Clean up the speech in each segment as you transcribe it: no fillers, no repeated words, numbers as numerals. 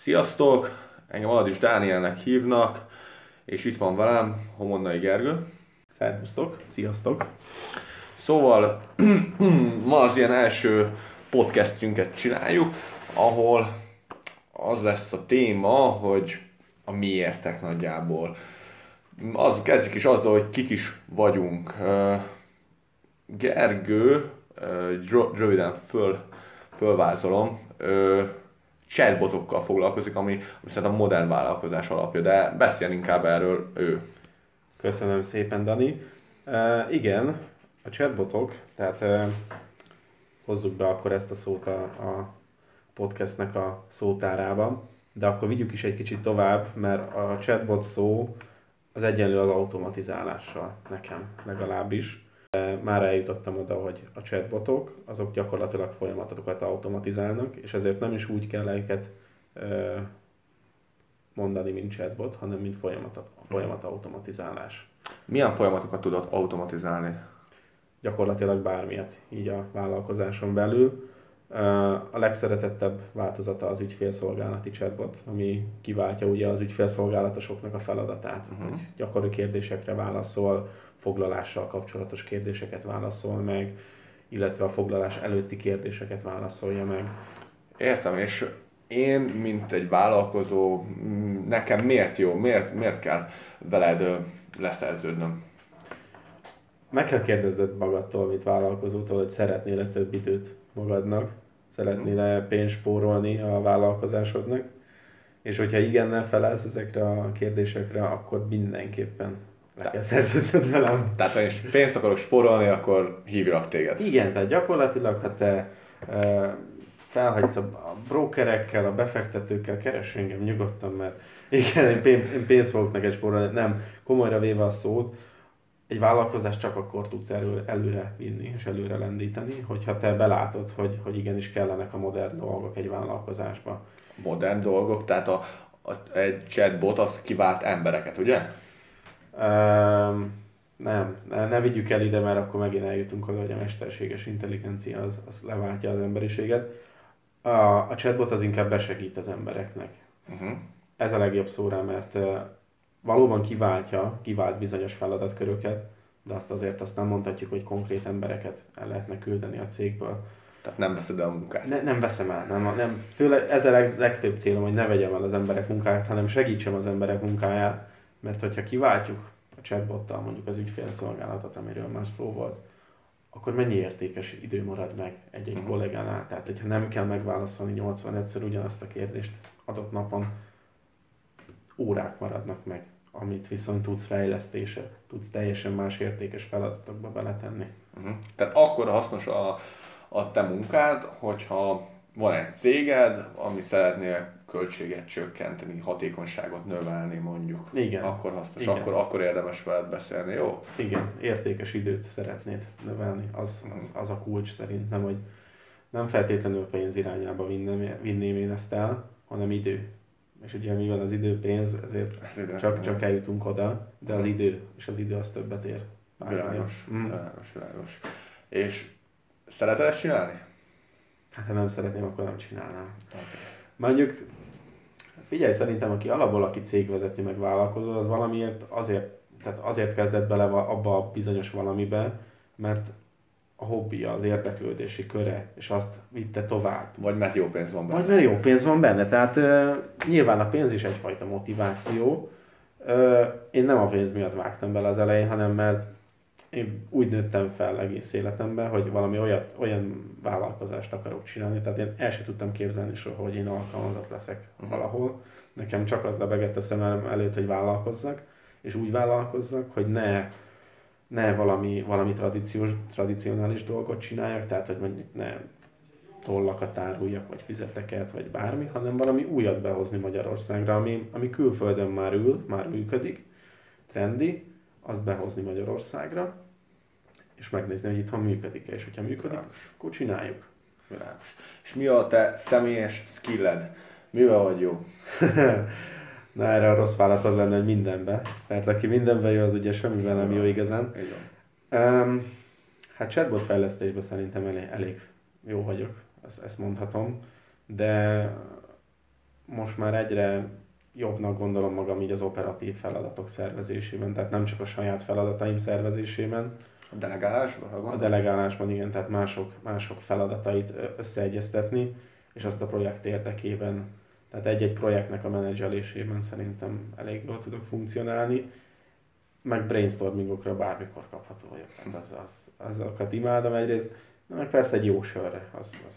Sziasztok! Engem Aladis Dánielnek hívnak, és itt van velem Homonnai Gergő. Szervusztok, sziasztok! Szóval ma az ilyen első podcastünket csináljuk, ahol az lesz a téma, hogy a miértek nagyjából. Kezdjük is azzal, hogy kik is vagyunk. Gergő, röviden fölvázolom, chatbotokkal foglalkozik, ami szerintem a modern vállalkozás alapja, de beszél inkább erről ő. Köszönöm szépen, Dani. Igen, a chatbotok, tehát hozzuk be akkor ezt a szót a podcastnek a szótárába, de akkor vigyük is egy kicsit tovább, mert a chatbot szó az egyenlő az automatizálással, nekem legalábbis. Már eljutottam oda, hogy a chatbotok, azok gyakorlatilag folyamatokat automatizálnak, és ezért nem is úgy kell őket mondani, mint chatbot, hanem mint folyamat automatizálás. Milyen folyamatokat tudod automatizálni? Gyakorlatilag bármilyet, így a vállalkozáson belül. A legszeretettebb változata az ügyfélszolgálati chatbot, ami kiváltja ugye az ügyfélszolgálatosoknak a feladatát, hogy gyakori kérdésekre válaszol, foglalással kapcsolatos kérdéseket válaszol meg, illetve a foglalás előtti kérdéseket válaszolja meg. Értem, és én, mint egy vállalkozó, nekem miért jó, miért kell veled leszerződnöm? Meg kell kérdezned magadtól, mint vállalkozótól, hogy szeretnél-e több időt magadnak, szeretnél-e pénzt spórolni a vállalkozásodnak, és hogyha igennel felelsz ezekre a kérdésekre, akkor mindenképpen le kell szerződnöd velem. Tehát ha én pénzt akarok spórolni, akkor hívjalak téged. Igen, tehát gyakorlatilag, ha te felhagysz a brokerekkel, a befektetőkkel, keress engem nyugodtan, mert igen, én pénzt fogok neked spórolni. Nem, komolyra véve a szót, egy vállalkozást csak akkor tudsz előre vinni és előre lendíteni, hogyha te belátod, hogy igenis kellenek a modern dolgok egy vállalkozásba. Modern dolgok, tehát egy chatbot az kivált embereket, ugye? Nem, ne vigyük el ide, mert akkor megint eljutunk oda, hogy a mesterséges intelligencia az leváltja az emberiséget. A chatbot az inkább besegít az embereknek. Ez a legjobb szó rá, mert valóban kivált bizonyos feladatköröket, de azt nem mondhatjuk, hogy konkrét embereket el lehetne küldeni a cégből. Tehát nem veszed el a munkát? Nem veszem el, nem. Főleg ez a legfőbb célom, hogy ne vegyem el az emberek munkáját, hanem segítsem az emberek munkáját, mert hogyha kiváltjuk a chatbottal mondjuk az ügyfélszolgálatot, amiről már szó volt, akkor mennyi értékes idő marad meg egy-egy kollégánál. Tehát, hogyha nem kell megválaszolni 85-ször ugyanazt a kérdést adott napon, órák maradnak meg, amit viszont tudsz tudsz teljesen más értékes feladatokba beletenni. Tehát akkor hasznos a te munkád, hogyha van egy céged, ami szeretnél költséget csökkenteni, hatékonyságot növelni mondjuk. Igen. Akkor hasznos, Igen. Akkor érdemes veled beszélni, jó? Igen, értékes időt szeretnéd növelni, az a kulcs szerintem, hogy nem feltétlenül pénz irányába vinném én ezt el, hanem idő. És ugye mivel az idő pénz, ezért csak eljutunk oda, de az idő, és az idő az többet ér. Világos. És szereted ezt csinálni? Hát ha nem szeretném, akkor nem csinálnám. Okay. Mondjuk, figyelj, szerintem aki cégvezető meg vállalkozó, az valamiért azért kezdett bele abba a bizonyos valamibe, mert a hobbija, az érdeklődési köre, és azt vitte tovább. Vagy mert jó pénz van benne. Vagy mert jó pénz van benne, tehát nyilván a pénz is egyfajta motiváció. Én nem a pénz miatt vágtam bele az elején, hanem mert én úgy nőttem fel egész életemben, hogy valami olyan vállalkozást akarok csinálni, tehát én el sem tudtam képzelni soha, hogy én alkalmazott leszek valahol. Nekem csak az lebegett a szemem előtt, hogy vállalkozzak, és úgy vállalkozzak, hogy ne valami tradicionális dolgot csináljak, tehát hogy mondjuk ne tollakat áruljak, vagy fizeteket, vagy bármi, hanem valami újat behozni Magyarországra, ami külföldön már működik, trendi, azt behozni Magyarországra, és megnézni, hogy itthon működik-e, és hogyha működik, akkor csináljuk. Világos. És mi a te személyes skilled? Mivel vagy jó? Na erre a rossz válasz az lenne, hogy mindenben. Mert aki mindenben jó, az ugye semmiben nem jó igazán. Hát chatbot fejlesztésben szerintem elég jó vagyok, ezt mondhatom. De most már egyre jobbnak gondolom magam így az operatív feladatok szervezésében, tehát nem csak a saját feladataim szervezésében. A delegálásban? A delegálásban igen, tehát mások feladatait összeegyeztetni, és azt a projekt érdekében, tehát egy-egy projektnek a menedzselésében szerintem elég jól tudok funkcionálni, meg brainstormingokra bármikor kapható vagyok. Tehát azokat imádom egyrészt, meg persze egy jó sörre.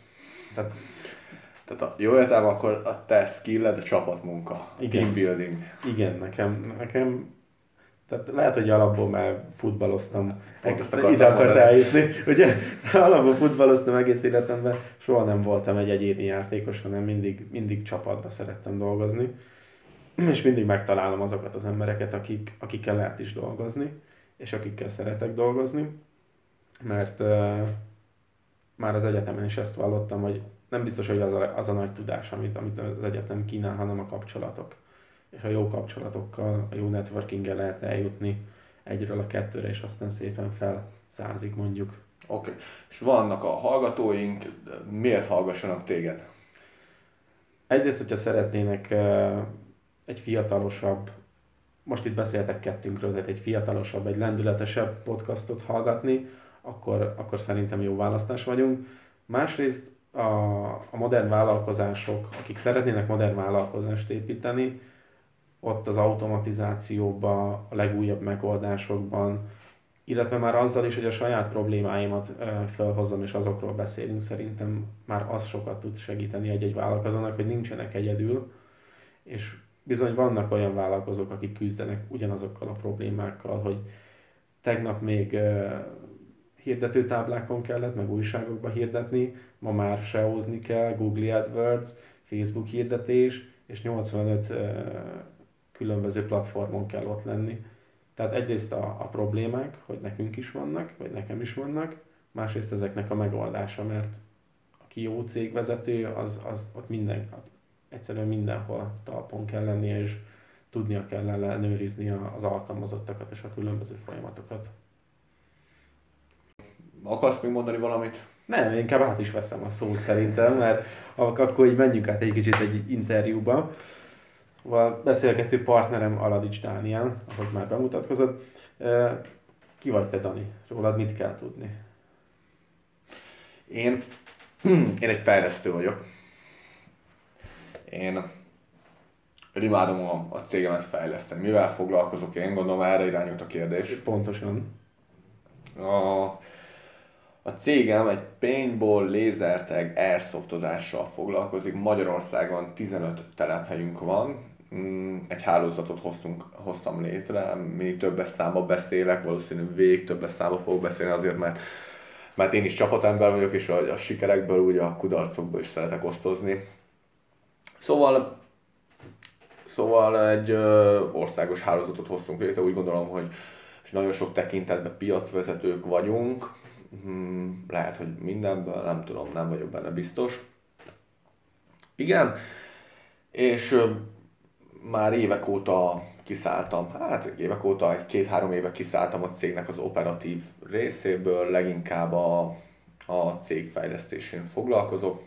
Tehát a jó értelme akkor a te skilled, a csapatmunka, Igen. team building. Igen, nekem tehát lehet, hogy alapból már futballoztam, ide akart eljutni. Ugye alapból futballoztam egész életemben, soha nem voltam egy egyéni játékos, hanem mindig csapatba szerettem dolgozni. És mindig megtalálom azokat az embereket, akikkel lehet is dolgozni, és akikkel szeretek dolgozni. Mert már az egyetemen is ezt vallottam, hogy nem biztos, hogy az a nagy tudás, amit az egyetem kínál, hanem a kapcsolatok. És a jó kapcsolatokkal, a jó networkinggel lehet eljutni egyről a kettőre, és aztán szépen fel 100-ig mondjuk. Oké. És vannak a hallgatóink, miért hallgassanak téged? Egyrészt, hogyha szeretnének egy fiatalosabb, most itt beszéltek kettőnkről, tehát egy fiatalosabb, egy lendületesebb podcastot hallgatni, akkor szerintem jó választás vagyunk. Másrészt a modern vállalkozások, akik szeretnének modern vállalkozást építeni, ott az automatizációban, a legújabb megoldásokban, illetve már azzal is, hogy a saját problémáimat felhozom és azokról beszélünk, szerintem már az sokat tud segíteni egy-egy vállalkozónak, hogy nincsenek egyedül, és bizony vannak olyan vállalkozók, akik küzdenek ugyanazokkal a problémákkal, hogy tegnap még hirdetőtáblákon kellett, meg újságokba hirdetni, ma már SEO-zni kell, Google AdWords, Facebook hirdetés, és 85 különböző platformon kell ott lenni. Tehát egyrészt a problémák, hogy nekünk is vannak, vagy nekem is vannak, másrészt ezeknek a megoldása, mert aki jó cégvezető, az ott egyszerűen mindenhol talpon kell lennie, és tudnia kell ellenőrizni az alkalmazottakat és a különböző folyamatokat. Akarsz még mondani valamit? Nem, én inkább át is veszem a szót szerintem, mert akkor így menjünk át egy kicsit egy interjúba. A beszélgető partnerem Aladics Dániel, ahogy már bemutatkozott. Ki vagy te, Dani? Rólad mit kell tudni? Én egy fejlesztő vagyok. Én imádom a cégemet fejleszteni. Mivel foglalkozok? Én gondolom erre irányult a kérdés. Pontosan. A cégem egy paintball, lasertag, airsoftozással foglalkozik. Magyarországon 15 telephelyünk van. Egy hálózatot hoztam létre, még többes számba beszélek, valószínűleg végig többes számba fogok beszélni azért, mert én is csapatember vagyok, és a sikerekből, ugye a kudarcokból is szeretek osztozni. Szóval egy országos hálózatot hoztunk létre, úgy gondolom, hogy nagyon sok tekintetben piacvezetők vagyunk. Lehet, hogy mindenben, nem tudom, nem vagyok benne biztos. Igen, és már évek óta kiszálltam, egy 2-3 éve kiszálltam a cégnek az operatív részéből, leginkább a cég fejlesztésén foglalkozok.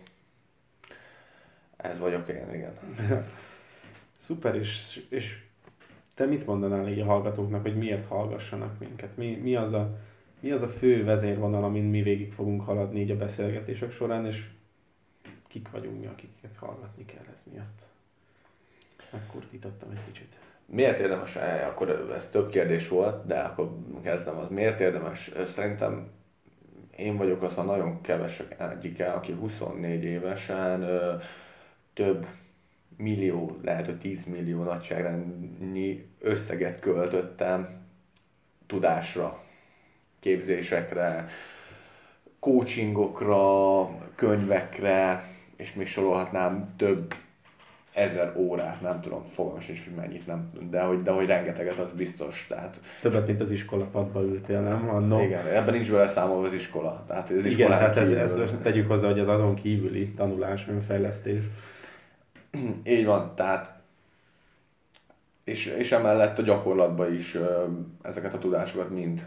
Ez vagyok én, igen. Szuper, és te mit mondanál így a hallgatóknak, hogy miért hallgassanak minket? Mi az a fő vezérvonal, amin mi végig fogunk haladni így a beszélgetések során, és kik vagyunk mi, akiket hallgatni kell ez miatt? Megkurtítottam egy kicsit. Miért érdemes, akkor ez több kérdés volt, de akkor kezdem az. Miért érdemes? Szerintem én vagyok az a nagyon kevesek egyike, aki 24 évesen több millió, lehet, hogy 10 millió nagyságrendnyi összeget költöttem tudásra, képzésekre, coachingokra, könyvekre, és még sorolhatnám több 1000 órát, nem tudom, fogalmam sincs, hogy mennyit, de hogy rengeteget, az biztos. Tehát, többet, mint az iskolapadba ültél, nem? Annó. Igen, ebben nincs bele számolva az iskola. Tehát az igen, tehát ez tegyük hozzá, hogy az azon kívüli tanulás, önfejlesztés. Így van, tehát és emellett a gyakorlatban is ezeket a tudásokat mind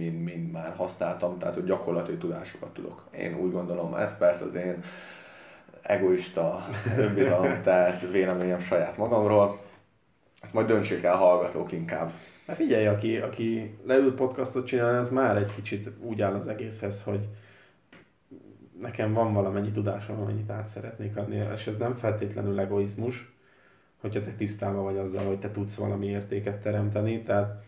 már használtam, tehát hogy gyakorlati tudásokat tudok. Én úgy gondolom, ez persze az én egoista önbizalomtelt véleményem saját magamról. Ezt majd döntsék el hallgatók inkább. Hát figyelj, aki leül podcastot csinálni, az már egy kicsit úgy áll az egészhez, hogy nekem van valamennyi tudásom, amennyit át szeretnék adni, és ez nem feltétlenül egoizmus, hogyha te tisztában vagy azzal, hogy te tudsz valami értéket teremteni. Tehát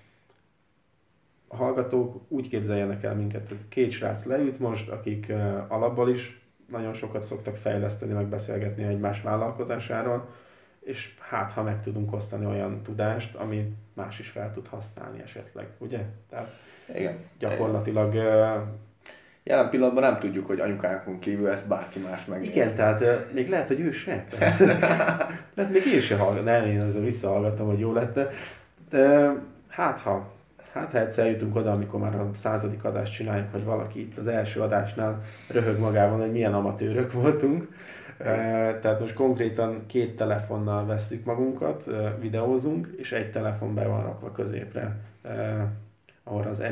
a hallgatók úgy képzeljenek el minket, hogy két srác leült most, akik alapból is nagyon sokat szoktak fejleszteni, meg beszélgetni egymás vállalkozásáról, és hát ha meg tudunk osztani olyan tudást, amit más is fel tud használni esetleg, ugye? Tehát Igen. gyakorlatilag... Jelen pillanatban nem tudjuk, hogy anyukánkon kívül ezt bárki más megnézi. Igen, tehát még lehet, hogy ő se. Lehet, még én se hallgatom, nem, én azért visszahallgattam, hogy jó lett. De hát ha egyszer jutunk oda, amikor már a 100. adást csináljuk, hogy valaki itt az első adásnál röhög magában, hogy milyen amatőrök voltunk. Tehát most konkrétan 2 telefonnal vesszük magunkat, videózunk, és egy telefon be van rakva középre, ahol az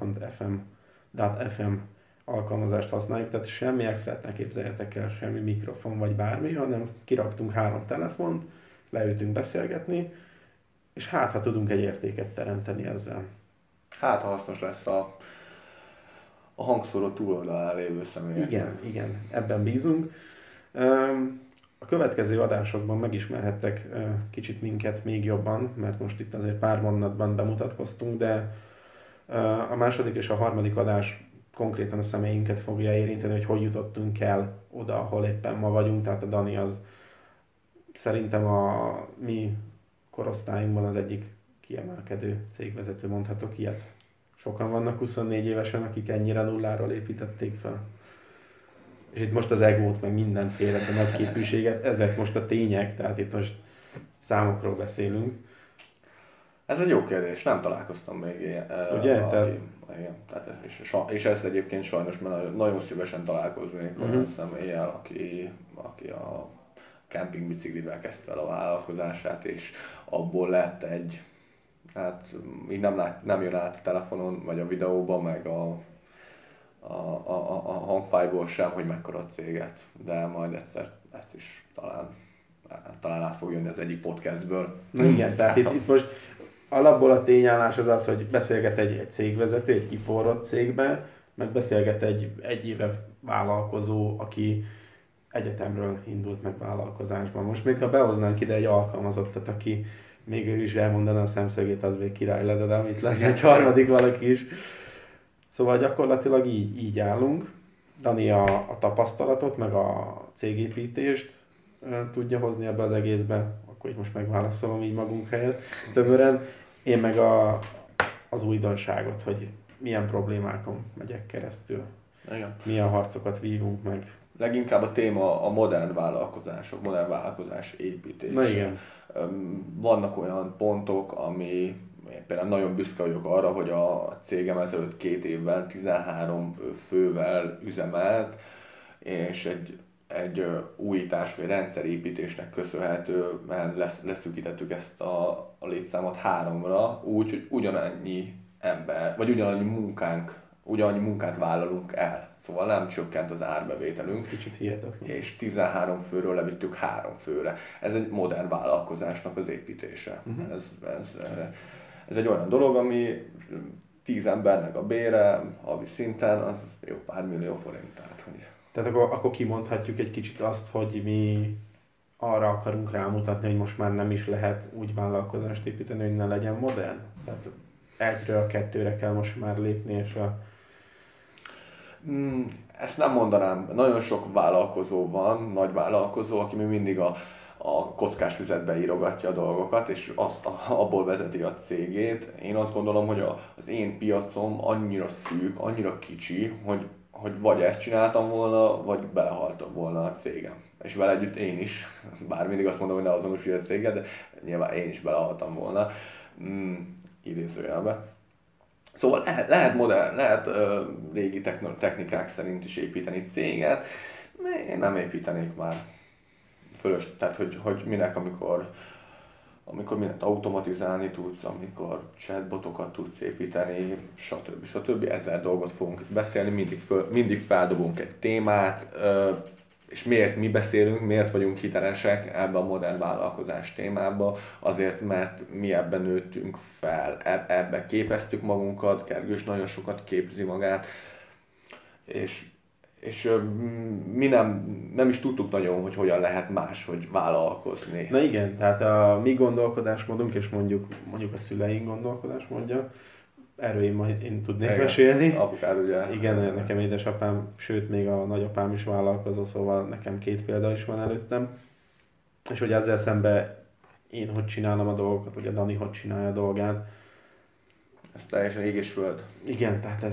Anchor.fm alkalmazást használjuk, tehát semmi extrát ne képzeljetek el, semmi mikrofon vagy bármi, hanem kiraktunk 3 telefont, leültünk beszélgetni, és hát ha tudunk egy értéket teremteni ezzel. Hát ha hasznos lesz a hangszóró túloldalán lévő személyeknek. Igen, ebben bízunk. A következő adásokban megismerhettek kicsit minket még jobban, mert most itt azért pár mondatban bemutatkoztunk, de a második és a harmadik adás konkrétan a személyünket fogja érinteni, hogy jutottunk el oda, ahol éppen ma vagyunk. Tehát a Dani az szerintem a mi korosztályunkban az egyik kiemelkedő cégvezető, mondhatok ilyet. Sokan vannak 24 évesen, akik ennyire nulláról építették fel. És itt most az egót, meg mindenféle, a nagy képűséget, ezek most a tények, tehát itt most számokról beszélünk. Ez egy jó kérdés, nem találkoztam még ilyen. Ugye? Igen, és ezt egyébként sajnos nagyon szívesen találkoznék olyan személlyel, aki a kempingbiciklivel kezdte el a vállalkozását, és abból lett egy, hát így nem jön át a telefonon, vagy a videóban, meg a hangfájból sem, hogy mekkora céget, de majd egyszer ezt is talán át fog jönni az egyik podcastből. Na igen, tehát itt most alapból a tényállás az, hogy beszélget egy cégvezető, egy kiforrott cégbe, meg beszélget egy éve vállalkozó, aki egyetemről indult meg vállalkozásban. Most még ha behoznánk ide egy alkalmazottat, aki még ő is elmondaná a szemszögét, az még király lenne, de amit lenne egy harmadik valaki is. Szóval gyakorlatilag így állunk. Dani a tapasztalatot, meg a cégépítést tudja hozni ebbe az egészbe, akkor így most megválaszolom így magunk helyett tömören. Én meg az újdonságot, hogy milyen problémákon megyek keresztül. Igen. Milyen harcokat vívunk meg. Leginkább a téma a modern vállalkozások, modern vállalkozás építés. Na igen. Vannak olyan pontok, ami például nagyon büszke vagyok arra, hogy a cégem ezelőtt 2 évvel 13 fővel üzemelt, és egy újítás vagy rendszerépítésnek köszönhetően leszűkítettük ezt a létszámot 3-ra, úgy, hogy ugyanannyi ember, vagy ugyanannyi munkát vállalunk el. Szóval nem csökkent az árbevételünk. Ez kicsit hihetetlen. És 13 főről levittük 3 főre. Ez egy modern vállalkozásnak az építése. Ez egy olyan dolog, ami 10 embernek a bére, havi szinten, az jó pár millió forint. Tehát akkor kimondhatjuk egy kicsit azt, hogy mi arra akarunk rámutatni, hogy most már nem is lehet úgy vállalkozást építeni, hogy ne legyen modern. Tehát 1-ről 2-re kell most már lépni, és ezt nem mondanám. Nagyon sok vállalkozó van, nagy vállalkozó, aki még mindig a kockás füzetbe írogatja a dolgokat, és abból vezeti a cégét. Én azt gondolom, hogy az én piacom annyira szűk, annyira kicsi, hogy vagy ezt csináltam volna, vagy belehaltam volna a cégem. És vele együtt én is, bár mindig azt mondom, hogy ne azonosulj a céggel, de nyilván én is belehaltam volna, idézőjelbe. Szóval lehet modern, lehet régi technikák szerint is építeni céget, én nem építenék már tehát hogy minek, amikor mindent automatizálni tudsz, amikor chatbotokat tudsz építeni, stb. 1000 dolgot fogunk itt beszélni, mindig feldobunk egy témát, és miért mi beszélünk, miért vagyunk hitelesek ebbe a modern vállalkozás témába, azért, mert mi ebben nőttünk fel, ebbe képeztük magunkat, Gergős nagyon sokat képzi magát, és mi nem is tudtuk nagyon, hogy hogyan lehet máshogy vállalkozni. Na igen, tehát a mi gondolkodásmódunk, és mondjuk a szüleink gondolkodásmódja, erről én tudnék mesélni. Apukád ugye. Igen, nekem édesapám, sőt még a nagyapám is vállalkozó, szóval nekem 2 példa is van előttem. És hogy ezzel szemben én hogy csinálom a dolgokat, vagy a Dani hogy csinálja a dolgát. Ez teljesen ég és föld. Igen, tehát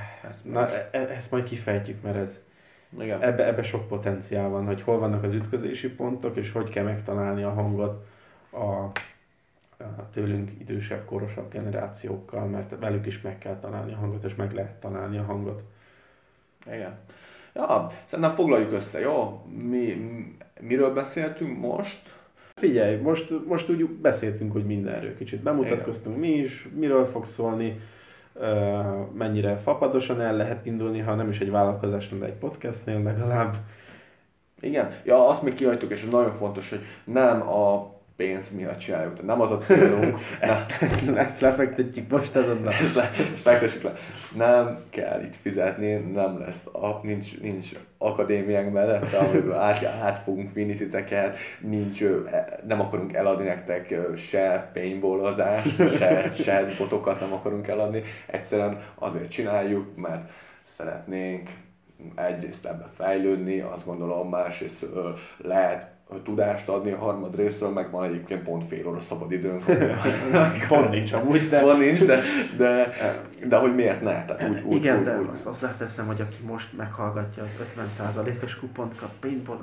ezt majd kifejtjük, mert ebbe sok potenciál van, hogy hol vannak az ütközési pontok, és hogy kell megtalálni a hangot a tőlünk idősebb, korosabb generációkkal, mert velük is meg kell találni a hangot, és meg lehet találni a hangot. Igen. Ja, szerintem foglaljuk össze, jó? Miről beszéltünk most? Figyelj, most úgy beszéltünk, hogy mindenről kicsit bemutatkoztunk mi is, miről fog szólni, mennyire fapadosan el lehet indulni, ha nem is egy vállalkozásnál, de egy podcastnél legalább. Igen, ja, azt még kihagytuk, és nagyon fontos, hogy nem a pénz miatt csináljuk, tehát nem az a célunk. Ezt lefektetjük most azonnal. Ezt fektessük le. Nem kell itt fizetni, nem lesz nincs akadémiánk mellett, amiben át fogunk vinni titeket, nem akarunk eladni nektek se paintballozást, se botokat nem akarunk eladni. Egyszerűen azért csináljuk, mert szeretnénk egyrészt ebbe fejlődni, azt gondolom, másrészt lehet tudást adni, a harmad részről meg van egyébként pont fél óra szabad időnk. Pont nincs amúgy, de... Pont nincs, de hogy miért ne? Tehát igen, de azt hozzáteszem, hogy aki most meghallgatja, az 50%-os kupont kap paintball.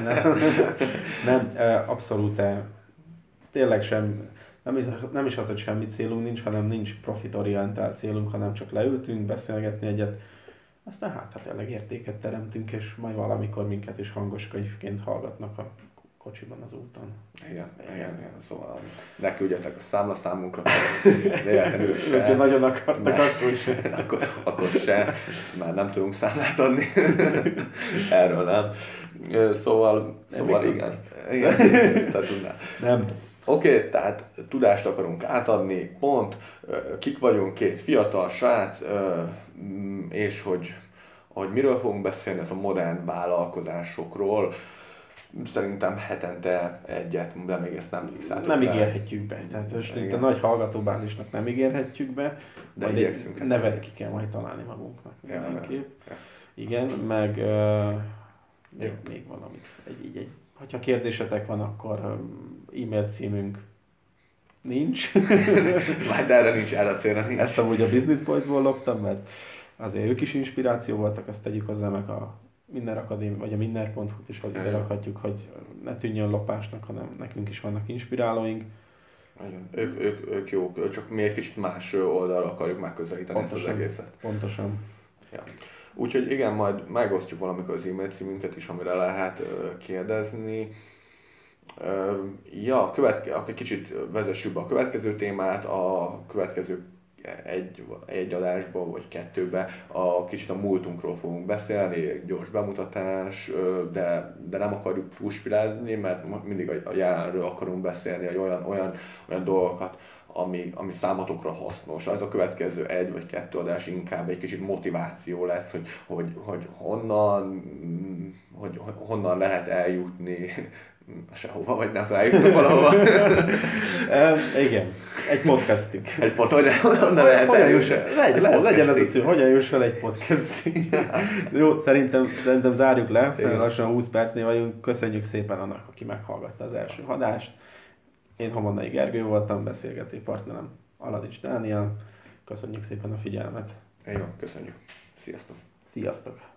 Nem, abszolút tényleg nem is az, hogy semmi célunk nincs, hanem nincs profitorientált célunk, hanem csak leültünk beszélgetni egyet. Aztán hát tényleg értéket teremtünk, és majd valamikor minket is hangos könyvként hallgatnak a kocsiban az úton. Igen. Szóval ne küldjetek a számlaszámunkra, véletlenül se. Hogyha nagyon akartak, akkor se. akkor se, már nem tudunk számlát adni. Erről nem. Szóval igen. Tehát tudnál. Nem. Oké, tehát tudást akarunk átadni, pont, kik vagyunk, 2 fiatal srác, és hogy miről fogunk beszélni, ez a modern vállalkozásokról. Szerintem hetente egyet, de még ezt nem fixáltuk. Nem ígérhetjük be, tehát most itt a nagy hallgatóbázisnak nem ígérhetjük be, de majd egy nevet ki kell majd találni magunknak. Ja. Igen, meg még valamit. Ha kérdésetek van, akkor e-mail címünk nincs. Majd erre nincs, erre a célra nincs. Ezt amúgy a Business Boys-ból loptam, mert azért ők is inspiráció voltak, azt tegyük hozzá, meg a Minner Akadémia, vagy a Minner.hu-t is, hogy ide rakhatjuk, hogy ne tűnjön lopásnak, hanem nekünk is vannak inspirálóink. Ők jók, csak mi egy kicsit más oldalra akarjuk megközelíteni ezt az egészet. Pontosan. Ja. Úgyhogy igen, majd megosztjuk valamikor az e-mail címünket is, amire lehet kérdezni. Akkor kicsit vezessük be a következő témát, a következő egy adásba vagy 2-be kicsit a múltunkról fogunk beszélni, gyors bemutatás, de nem akarjuk túlspirázni, mert mindig a jelenről akarunk beszélni, hogy olyan dolgokat, ami számotokra hasznos. Ez a következő 1 vagy 2 adás inkább egy kicsit motiváció lesz, hogy honnan lehet eljutni sehova, vagy nem tudom, eljutok valahova. Igen, egy podcastig. Egy honnan lehet eljutni? Legyen ez a cím, hogyan juss el egy podcastig. Jó, szerintem zárjuk le, lassan 20 percnél vagyunk. Köszönjük szépen annak, aki meghallgatta az első adást. Én Homonnai Gergő voltam, beszélgető partnerem Aladics Dániel. Köszönjük szépen a figyelmet. Jó, köszönjük. Sziasztok. Sziasztok.